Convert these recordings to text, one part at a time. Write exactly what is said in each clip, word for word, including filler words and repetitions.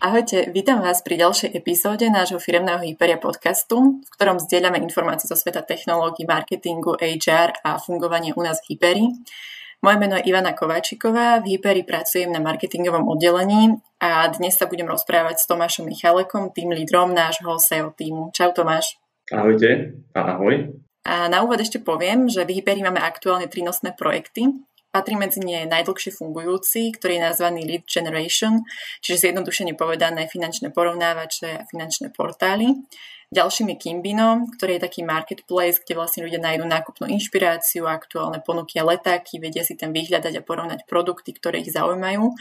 Ahojte, vítam vás pri ďalšej epizóde nášho firemného Hyperia podcastu, v ktorom zdieľame informácie zo sveta technológií, marketingu, há er a fungovanie u nás v Hyperi. Moje meno je Ivana Kováčiková, v Hyperi pracujem na marketingovom oddelení a dnes sa budem rozprávať s Tomášom Michalekom, tým lídrom nášho es e o týmu. Čau Tomáš. Ahojte a ahoj. A na úvod ešte poviem, že v Hyperi máme aktuálne tri nosné projekty. Patrí medzi ne najdlhšie fungujúci, ktorý je nazvaný Lead Generation, čiže zjednodušene povedané finančné porovnávače a finančné portály. Ďalším je Kimbino, ktorý je taký marketplace, kde vlastne ľudia nájdú nákupnú inšpiráciu, aktuálne ponuky a letáky, vedia si tam vyhľadať a porovnať produkty, ktoré ich zaujímajú.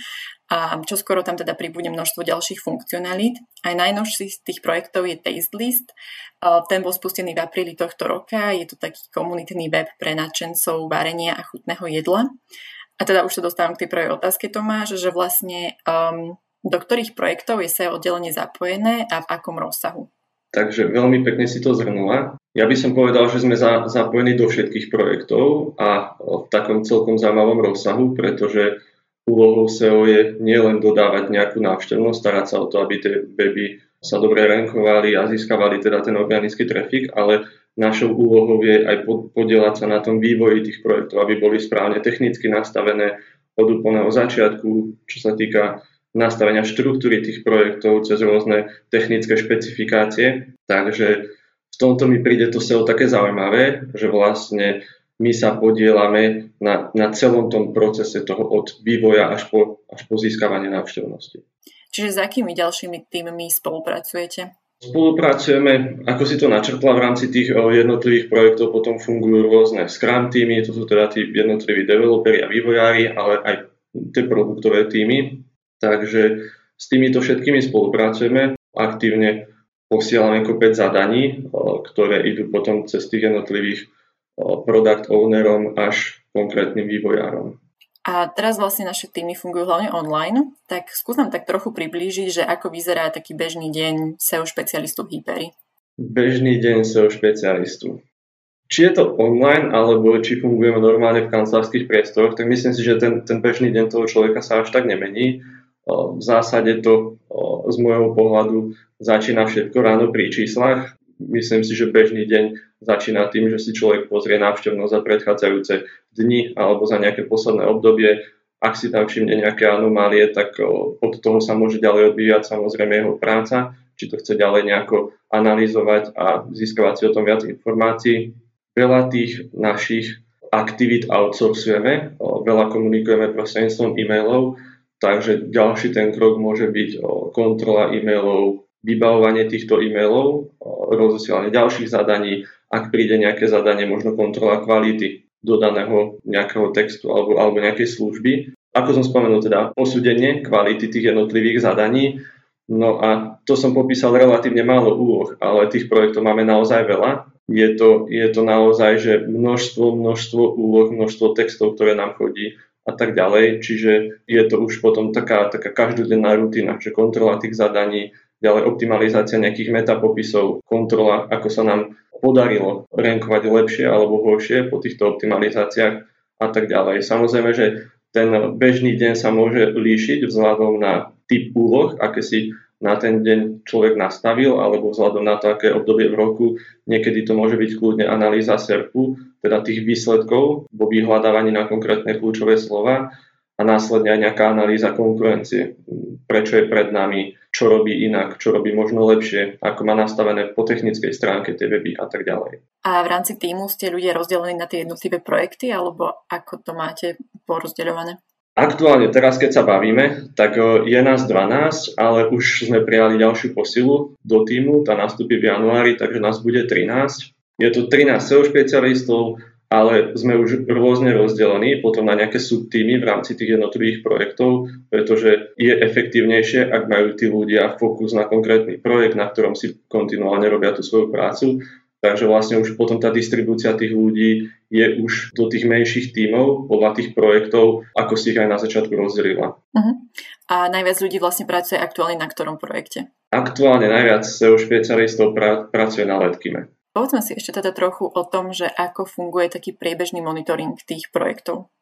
A čoskoro tam teda pribúde množstvo ďalších funkcionalít. Aj najnovší z tých projektov je Tastelist. Ten bol spustený v apríli tohto roka. Je to taký komunitný web pre nadšencov varenia a chutného jedla. A teda už sa dostávam k tej prvej otázke, Tomáš, že vlastne um, do ktorých projektov je es e o oddelenie zapojené a v akom rozsahu? Takže veľmi pekne si to zhrnula. Ja by som povedal, že sme za, zapojení do všetkých projektov a v takom celkom zaujímavom rozsahu, pretože úlohou es e o je nielen dodávať nejakú návštevnosť, starať sa o to, aby tie weby sa dobre rankovali a získavali teda ten organický trafik, ale našou úlohou je aj podieľať sa na tom vývoji tých projektov, aby boli správne technicky nastavené od úplného začiatku, čo sa týka nastavenia štruktúry tých projektov cez rôzne technické špecifikácie. Takže v tomto mi príde to es e o také zaujímavé, že vlastne my sa podieľame na, na celom tom procese toho od vývoja až po, až po získavanie návštevnosti. Čiže s akými ďalšími týmmi spolupracujete? Spolupracujeme, ako si to načrtla, v rámci tých jednotlivých projektov potom fungujú rôzne Scrum týmy, to sú teda tí jednotliví developeri a vývojári, ale aj tie produktové týmy. Takže s týmito všetkými spolupracujeme, aktívne posielame kopec zadaní, ktoré idú potom cez tých jednotlivých product ownerom až konkrétnym vývojárom. A teraz vlastne naše týmy fungujú hlavne online, tak skús nám tak trochu priblížiť, že ako vyzerá taký bežný deň es e o špecialistu v Hyperi. Bežný deň es e o špecialistu. Či je to online, alebo či fungujeme normálne v kancelárskych priestoroch, tak myslím si, že ten, ten bežný deň toho človeka sa až tak nemení. V zásade to z môjho pohľadu začína všetko ráno pri číslach. Myslím si, že bežný deň začína tým, že si človek pozrie návštevnosť za predchádzajúce dni alebo za nejaké posledné obdobie. Ak si tam všimne nejaké anomálie, tak od toho sa môže ďalej odvíjať samozrejme jeho práca, či to chce ďalej nejako analyzovať a získavať si o tom viac informácií. Veľa tých našich aktivít outsourcujeme, veľa komunikujeme prostredníctvom e-mailov. Takže ďalší ten krok môže byť kontrola e-mailov, vybavovanie týchto e-mailov, rozosielanie ďalších zadaní, ak príde nejaké zadanie, možno kontrola kvality dodaného nejakého textu alebo, alebo nejakej služby. Ako som spomenul, teda posúdenie kvality tých jednotlivých zadaní. No a to som popísal relatívne málo úloh, ale tých projektov máme naozaj veľa. Je to, je to naozaj, že množstvo, množstvo úloh, množstvo textov, ktoré nám chodí a tak ďalej, čiže je to už potom taká, taká každodenná rutina, že kontrola tých zadaní, ďalej optimalizácia nejakých metapopisov, kontrola, ako sa nám podarilo rankovať lepšie alebo horšie po týchto optimalizáciách a tak ďalej. Samozrejme, že ten bežný deň sa môže líšiť vzhľadom na typ úloh, aké si na ten deň človek nastavil, alebo vzhľadom na to, aké obdobie v roku. Niekedy to môže byť kľudne analýza SERPu, teda tých výsledkov vo vyhľadávaní na konkrétne kľúčové slova a následne aj nejaká analýza konkurencie. Prečo je pred nami, čo robí inak, čo robí možno lepšie, ako má nastavené po technickej stránke tie weby a tak ďalej. A v rámci týmu ste ľudia rozdelení na tie jednotlivé projekty, alebo ako to máte porozdeľované? Aktuálne teraz, keď sa bavíme, tak je nás dvanásť, ale už sme prijali ďalšiu posilu do týmu, tá nastúpi v januári, takže nás bude trinásť. Je to trinásť es e o špecialistov, ale sme už rôzne rozdelení potom na nejaké subtímy v rámci tých jednotlivých projektov, pretože je efektívnejšie, ak majú tí ľudia fokus na konkrétny projekt, na ktorom si kontinuálne robia tú svoju prácu. Takže vlastne už potom tá distribúcia tých ľudí je už do tých menších tímov podľa tých projektov, ako si ich aj na začiatku rozdelila. Uh-huh. A najviac ľudí vlastne pracuje aktuálne na ktorom projekte? Aktuálne najviac es e o špecialistov pra- pracuje na Letkime. Povedzme si ešte teda trochu o tom, že ako funguje taký priebežný monitoring tých projektov.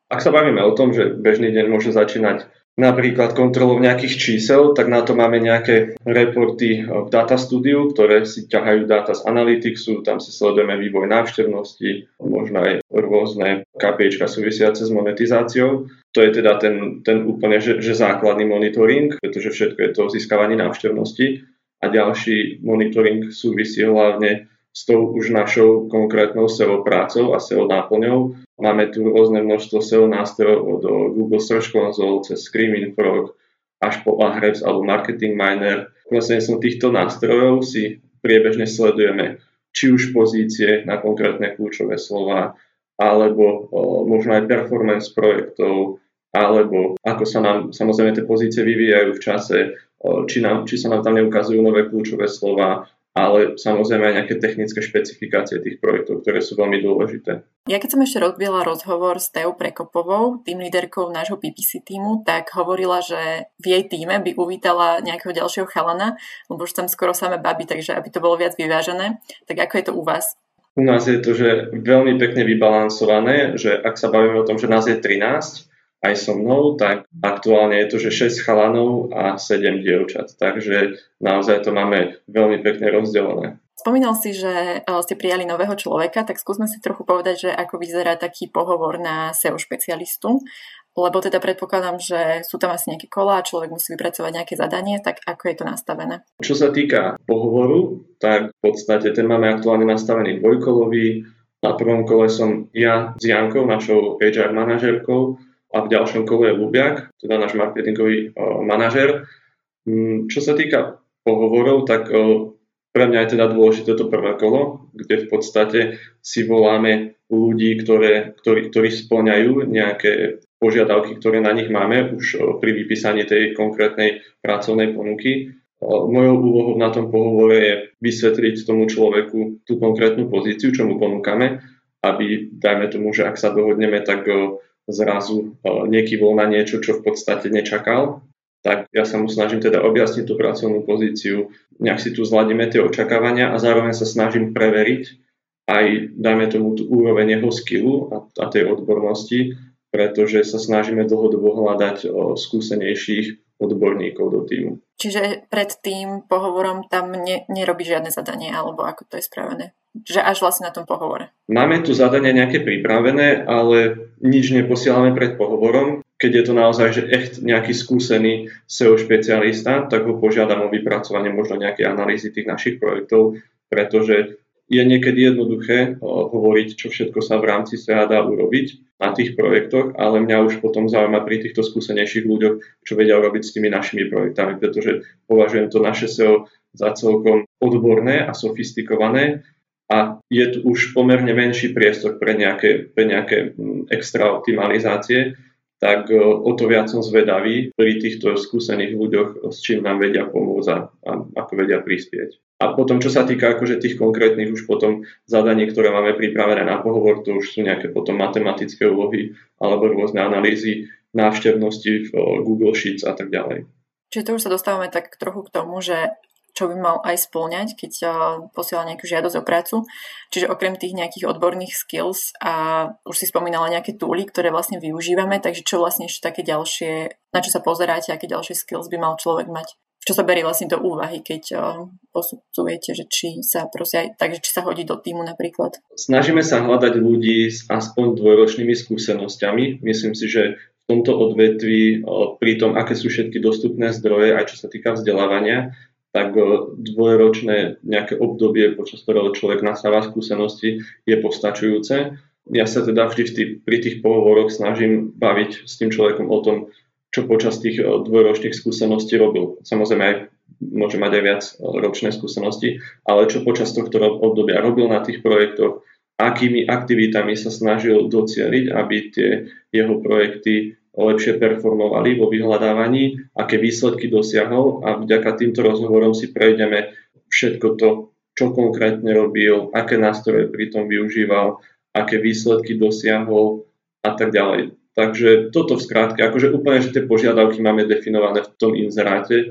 Ak sa bavíme o tom, že bežný deň môže začínať napríklad kontrolou nejakých čísel, tak na to máme nejaké reporty v Data Studiu, ktoré si ťahajú dáta z Analyticsu, tam si sledujeme vývoj návštevnosti, možno aj rôzne KPIčka súvisiace s monetizáciou. To je teda ten, ten úplne že, že základný monitoring, pretože všetko je to o získavaní návštevnosti. A ďalší monitoring súvisí hlavne s tou už našou konkrétnou es e o prácou a es e o náplňou. Máme tu rôzne množstvo es e o nástrojov od Google Search Console cez Screaming Frog až po Ahrefs alebo Marketing Miner. Prostredníctvom týchto nástrojov si priebežne sledujeme či už pozície na konkrétne kľúčové slová, alebo o, možno aj performance projektov, alebo ako sa nám samozrejme tie pozície vyvíjajú v čase, o, či, nám, či sa nám tam neukazujú nové kľúčové slová, ale samozrejme aj nejaké technické špecifikácie tých projektov, ktoré sú veľmi dôležité. Ja keď som ešte robila rozhovor s Teou Prekopovou, tým líderkou nášho pé pé cé týmu, tak hovorila, že v jej týme by uvítala nejakého ďalšieho chalana, lebo už tam skoro samé baby, takže aby to bolo viac vyvážené. Tak ako je to u vás? U nás je to, že veľmi pekne vybalansované, že ak sa bavíme o tom, že nás je trinásť, aj so mnou, tak aktuálne je to, že šesť chalanov a sedem dievčat. Takže naozaj to máme veľmi pekne rozdelené. Spomínal si, že ste prijali nového človeka, tak skúsme si trochu povedať, že ako vyzerá taký pohovor na es e o špecialistu, lebo teda predpokladám, že sú tam asi nejaké kolá a človek musí vypracovať nejaké zadanie, tak ako je to nastavené? Čo sa týka pohovoru, tak v podstate ten máme aktuálne nastavený dvojkolový. Na prvom kole som ja s Jankou, našou há er manažérkou, a v ďalšom kole je Lubiak, teda náš marketingový uh, manažér. Um, čo sa týka pohovorov, tak uh, pre mňa je teda dôležité to prvé kolo, kde v podstate si voláme ľudí, ktoré, ktorí, ktorí spĺňajú nejaké požiadavky, ktoré na nich máme už uh, pri vypísaní tej konkrétnej pracovnej ponuky. Uh, mojou úlohou na tom pohovore je vysvetliť tomu človeku tú konkrétnu pozíciu, čo mu ponúkame, aby, dajme tomu, že ak sa dohodneme, tak uh, zrazu nekývol na niečo, čo v podstate nečakal, tak ja sa mu snažím teda objasniť tú pracovnú pozíciu, nejak si tu zladíme tie očakávania a zároveň sa snažím preveriť aj, dajme tomu, tú úroveň jeho skillu a, a tej odbornosti, pretože sa snažíme dlhodobo hľadať o, skúsenejších odborníkov do týmu. Čiže pred tým pohovorom tam ne, nerobí žiadne zadanie, alebo ako to je spravené? Že až vlastne na tom pohovore. Máme tu zadania nejaké pripravené, ale nič neposielame pred pohovorom. Keď je to naozaj že echt nejaký skúsený es e o špecialista, tak ho požiadam o vypracovanie možno nejakej analýzy tých našich projektov, pretože je niekedy jednoduché hovoriť, čo všetko sa v rámci es e a dá urobiť na tých projektoch, ale mňa už potom zaujíma pri týchto skúsenejších ľuďoch, čo vedia urobiť s tými našimi projektami, pretože považujem to naše es e o za celkom odborné a sofistikované. A je tu už pomerne menší priestor pre nejaké, pre nejaké extra optimalizácie, tak o to viac som zvedavý pri týchto skúsených ľuďoch, s čím nám vedia pomôcť a, a ako vedia prispieť. A potom, čo sa týka akože tých konkrétnych už potom zadaní, ktoré máme pripravené na pohovor, to už sú nejaké potom matematické úlohy alebo rôzne analýzy návštevnosti v Google Sheets a tak ďalej. Čiže to už sa dostávame tak trochu k tomu, že čo by mal aj spĺňať, keď posiela nejakú žiadosť o prácu. Čiže okrem tých nejakých odborných skills a už si spomínala nejaké tooly, ktoré vlastne využívame, takže čo vlastne ešte také ďalšie, na čo sa pozeráte, aké ďalšie skills by mal človek mať? Čo sa berie vlastne do úvahy, keď posudzujete, že či sa proste aj, takže či sa hodí do týmu napríklad? Snažíme sa hľadať ľudí s aspoň dvojročnými skúsenosťami. Myslím si, že v tomto odvetví, pri tom, aké sú všetky dostupné zdroje, aj čo sa týka vzdelávania, tak dvojročné nejaké obdobie, počas ktorého človek nasáva skúsenosti, je postačujúce. Ja sa teda vždy v tých, pri tých pohovoroch snažím baviť s tým človekom o tom, čo počas tých dvojročných skúseností robil. Samozrejme aj môže mať aj viac ročné skúsenosti, ale čo počas tohto obdobia robil na tých projektoch, akými aktivitami sa snažil docieliť, aby tie jeho projekty lepšie performovali vo vyhľadávaní, aké výsledky dosiahol a vďaka týmto rozhovorom si prejdeme všetko to, čo konkrétne robil, aké nástroje pri tom využíval, aké výsledky dosiahol a tak ďalej. Takže toto v skrátke, akože úplne, že tie požiadavky máme definované v tom inzeráte,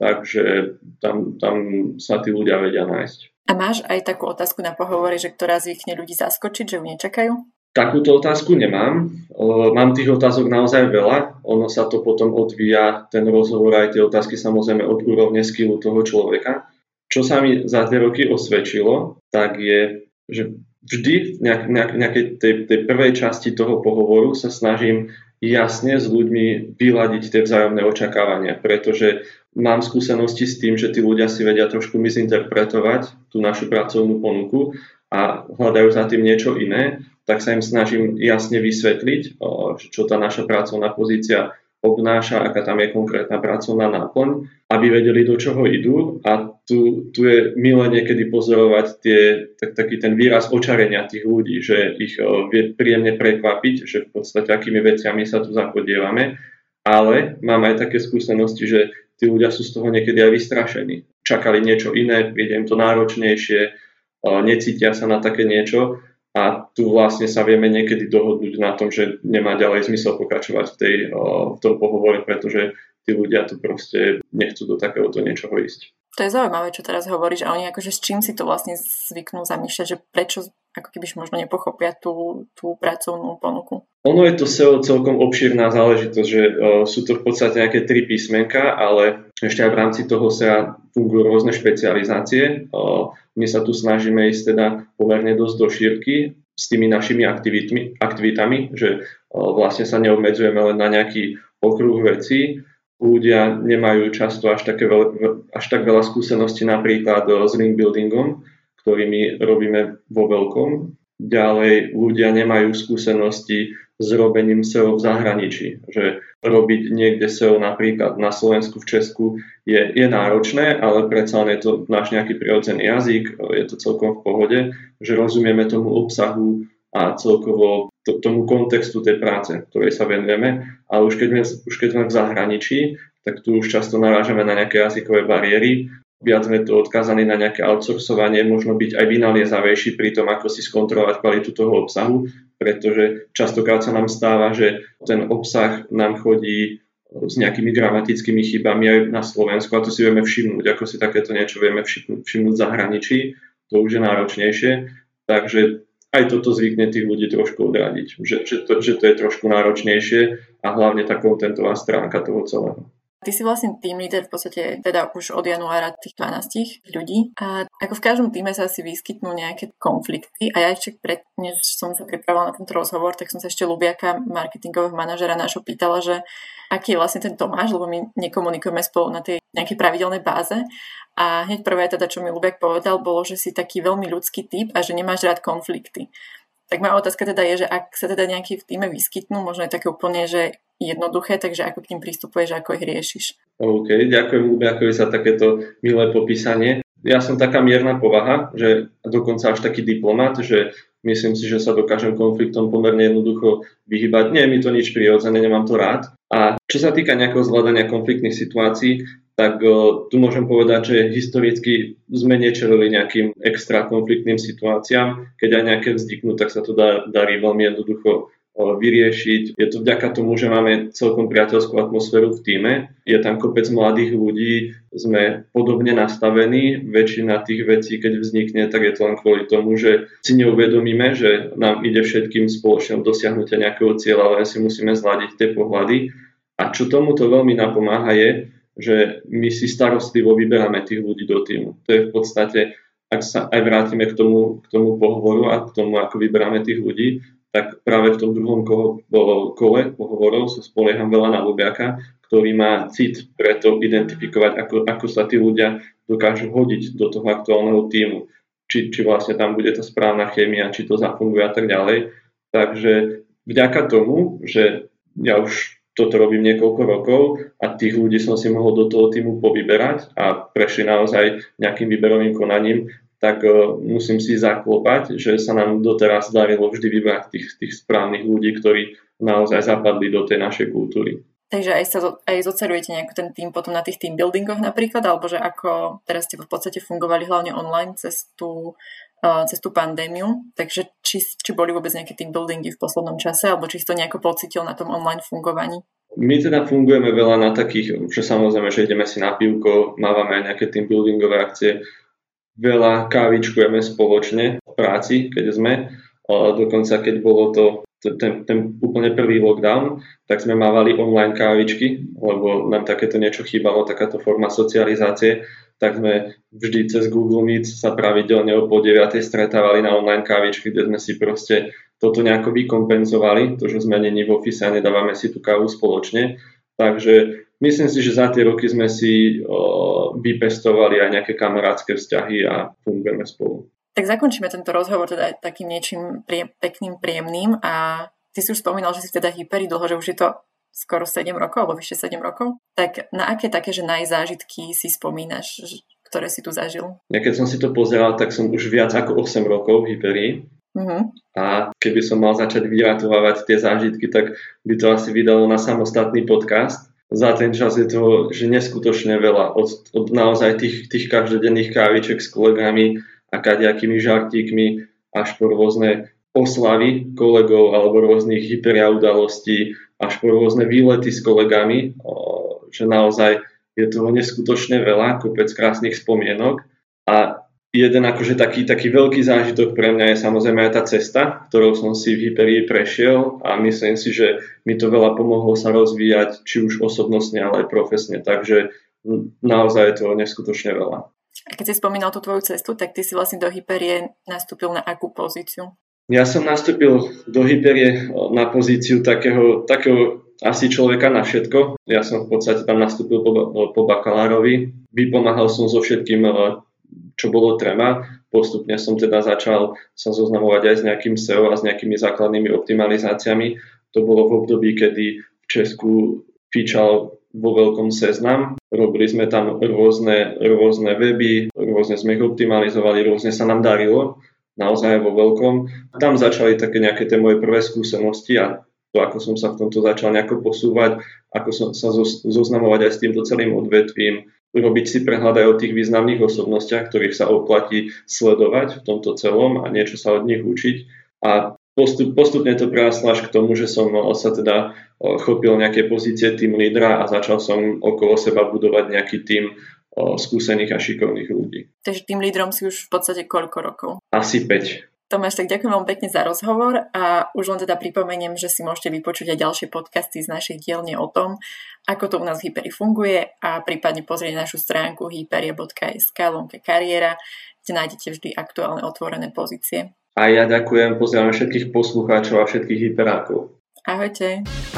takže tam, tam sa tí ľudia vedia nájsť. A máš aj takú otázku na pohovore, že ktorá zvykne ľudí zaskočiť, že ju nečakajú? Takúto otázku nemám. Mám tých otázok naozaj veľa. Ono sa to potom odvíja, ten rozhovor aj tie otázky samozrejme od úrovne skillu toho človeka. Čo sa mi za tie roky osvedčilo, tak je, že vždy v nejak, nejak, nejakej tej, tej prvej časti toho pohovoru sa snažím jasne s ľuďmi vyladiť tie vzájomné očakávania, pretože mám skúsenosti s tým, že tí ľudia si vedia trošku misinterpretovať tú našu pracovnú ponuku a hľadajú za tým niečo iné, tak sa im snažím jasne vysvetliť, čo tá naša pracovná pozícia obnáša, aká tam je konkrétna pracovná náplň, aby vedeli, do čoho idú. A tu, tu je milé niekedy pozorovať tie, tak, taký ten výraz očarenia tých ľudí, že ich vie príjemne prekvapiť, že v podstate akými veciami sa tu zapodievame. Ale mám aj také skúsenosti, že tí ľudia sú z toho niekedy aj vystrašení. Čakali niečo iné, príde im to náročnejšie, necítia sa na také niečo. A tu vlastne sa vieme niekedy dohodnúť na tom, že nemá ďalej zmysel pokračovať v, tej, v tom pohovore, pretože tí ľudia tu proste nechcú do takéhoto niečoho ísť. To je zaujímavé, čo teraz hovoríš, a oni akože s čím si to vlastne zvyknú zamýšľať, že prečo ako keby možno nepochopia tú, tú pracovnú ponuku. Ono je to es e o celkom obšírna záležitosť, že uh, sú to v podstate nejaké tri písmenka, ale ešte aj v rámci toho es e a fungujú rôzne špecializácie. Uh, my sa tu snažíme ísť teda pomerne dosť do šírky s tými našimi aktivitmi, aktivitami, že uh, vlastne sa neobmedzujeme len na nejaký okruh vecí. Ľudia nemajú často až, také veľ, až tak veľa skúseností napríklad s link buildingom, ktorými robíme vo veľkom. Ďalej ľudia nemajú skúsenosti s robením es e o v zahraničí. Že robiť niekde es e o napríklad na Slovensku, v Česku je, je náročné, ale predsa len je to náš nejaký prirodzený jazyk, je to celkom v pohode, že rozumieme tomu obsahu a celkovo to, tomu kontextu tej práce, ktorej sa venujeme. Ale už keď, sme, už keď sme v zahraničí, tak tu už často narážame na nejaké jazykové bariéry. Viac sme to odkázaní na nejaké outsourcovanie, možno byť aj vynaliezavejší pri tom, ako si skontrolovať kvalitu toho obsahu, pretože častokrát sa nám stáva, že ten obsah nám chodí s nejakými gramatickými chybami aj na Slovensku a to si vieme všimnúť, ako si takéto niečo vieme všimnúť, všimnúť v zahraničí, to už je náročnejšie, takže aj toto zvykne tých ľudí trošku odradiť, že, že, to, že to je trošku náročnejšie a hlavne tá kontentová stránka toho celého. Ty si vlastne team leader v podstate teda už od januára tých dvanásť ľudí a ako v každom týme sa asi vyskytnú nejaké konflikty a ja ešte pred, než som sa pripravovala na tento rozhovor, tak som sa ešte Ľubiaka, marketingového manažera nášho, pýtala, že aký je vlastne ten Tomáš, lebo my nekomunikujeme spolu na tej nejakej pravidelnej báze a hneď prvé teda, čo mi Ľubiak povedal, bolo, že si taký veľmi ľudský typ a že nemáš rád konflikty. Tak moja otázka teda je, že ak sa teda nejaký v týme vyskytnú, možno je také úplne, že jednoduché, takže ako k tým pristupuješ, ako ich riešiš. OK, ďakujem Ľubiakovi za takéto milé popísanie. Ja som taká mierna povaha, že dokonca až taký diplomat, že myslím si, že sa dokážem konfliktom pomerne jednoducho vyhybať. Nie je mi to nič prirodzené, nemám to rád. A čo sa týka nejakého zvládania konfliktných situácií, tak uh, tu môžem povedať, že historicky sme nečelili nejakým extra konfliktným situáciám. Keď aj nejaké vzniknú, tak sa to dá, darí veľmi jednoducho uh, vyriešiť. Je to vďaka tomu, že máme celkom priateľskú atmosféru v tíme. Je tam kopec mladých ľudí, sme podobne nastavení. Väčšina tých vecí, keď vznikne, tak je to len kvôli tomu, že si neuvedomíme, že nám ide všetkým spoločne dosiahnutia nejakého cieľa, ale si musíme zladiť tie pohľady. A čo tomuto veľmi napomáha je, že my si starostlivo vyberáme tých ľudí do týmu. To je v podstate, ak sa aj vrátime k tomu, k tomu pohovoru a k tomu, ako vyberáme tých ľudí, tak práve v tom druhom kole, kole pohovorov sa spolieham veľa na Ľubiaka, ktorý má cit pre to identifikovať, ako, ako sa tí ľudia dokážu hodiť do toho aktuálneho týmu. Či, či vlastne tam bude tá správna chémia, či to zafunguje a tak ďalej. Takže vďaka tomu, že ja už toto robím niekoľko rokov a tých ľudí som si mohol do toho týmu povyberať a prešli naozaj nejakým výberovým konaním, tak uh, musím si zaklopať, že sa nám doteraz darilo vždy vybrať tých, tých správnych ľudí, ktorí naozaj zapadli do tej našej kultúry. Takže aj sa aj zocerujete nejaký ten tým potom na tých team buildingoch napríklad, alebo že ako teraz ste v podstate fungovali hlavne online cez tú, uh, cez tú pandémiu, takže či, či boli vôbec nejaké team buildingy v poslednom čase, alebo či si to nejako pocítil na tom online fungovaní? My teda fungujeme veľa na takých, že samozrejme, že ideme si na pivko, mávame aj nejaké team buildingové akcie, veľa kávičkujeme spoločne v práci, keď sme. Dokonca keď bolo to ten, ten úplne prvý lockdown, tak sme mávali online kávičky, lebo nám takéto niečo chýbalo, takáto forma socializácie, tak sme vždy cez Google Meet sa pravidelne o pol deviatej stretávali na online kávičky, kde sme si proste toto nejako vykompenzovali, to, že sme není v office a nedávame si tú kávu spoločne. Takže myslím si, že za tie roky sme si o, vypestovali aj nejaké kamarátske vzťahy a fungujeme spolu. Tak zakončíme tento rozhovor teda takým niečím prie, pekným, príjemným a ty si už spomínal, že si teda hyperi dlho, že už je to skoro sedem rokov, alebo vyššie sedem rokov. Tak na aké také, že najzážitky si spomínaš, ktoré si tu zažil? Ja keď som si to pozeral, tak som už viac ako osem rokov v hyperi. Uh-huh. A keby som mal začať vyratovávať tie zážitky, tak by to asi vydalo na samostatný podcast. Za ten čas je to že neskutočne veľa. Od, od naozaj tých, tých každodenných káviček s kolegami a kadejakými žartíkmi až po rôzne oslavy kolegov alebo rôznych hyperia udalostí, až po rôzne výlety s kolegami, že naozaj je toho neskutočne veľa, kopec krásnych spomienok. A jeden akože taký, taký veľký zážitok pre mňa je samozrejme aj tá cesta, ktorou som si v hyperii prešiel a myslím si, že mi to veľa pomohlo sa rozvíjať, či už osobnostne, ale aj profesne. Takže naozaj je toho neskutočne veľa. A keď si spomínal tú tvoju cestu, tak ty si vlastne do hyperie nastúpil na akú pozíciu? Ja som nastúpil do hyperie na pozíciu takého, takého asi človeka na všetko. Ja som v podstate tam nastúpil po, po bakalárovi. Vypomáhal som so všetkým, čo bolo treba. Postupne som teda začal sa zoznamovať aj s nejakým es e o a s nejakými základnými optimalizáciami. To bolo v období, kedy v Česku fičal vo veľkom Seznam. Robili sme tam rôzne, rôzne weby, rôzne sme ich optimalizovali, rôzne sa nám darilo, naozaj vo veľkom. Tam začali také nejaké tie moje prvé skúsenosti a to, ako som sa v tomto začal nejako posúvať, ako som sa zoznamovať aj s týmto celým odvetvím, robiť si prehľad aj o tých významných osobnostiach, ktorých sa oplatí sledovať v tomto celom a niečo sa od nich učiť. A Postup, postupne to prerastlo až k tomu, že som sa teda chopil nejaké pozície tým lídra a začal som okolo seba budovať nejaký tým skúsených a šikovných ľudí. Takže tým lídrom si už v podstate koľko rokov? Asi päť. Tomáš, tak ďakujem vám pekne za rozhovor a už len teda pripomeniem, že si môžete vypočuť aj ďalšie podcasty z našej dielne o tom, ako to u nás v Hyperi funguje a prípadne pozrieť našu stránku hyperia bodka es ká lomka kariéra, kde nájdete vždy aktuálne otvorené pozície. A ja ďakujem, pozdravujem všetkých poslucháčov a všetkých hyperákov. Ahojte.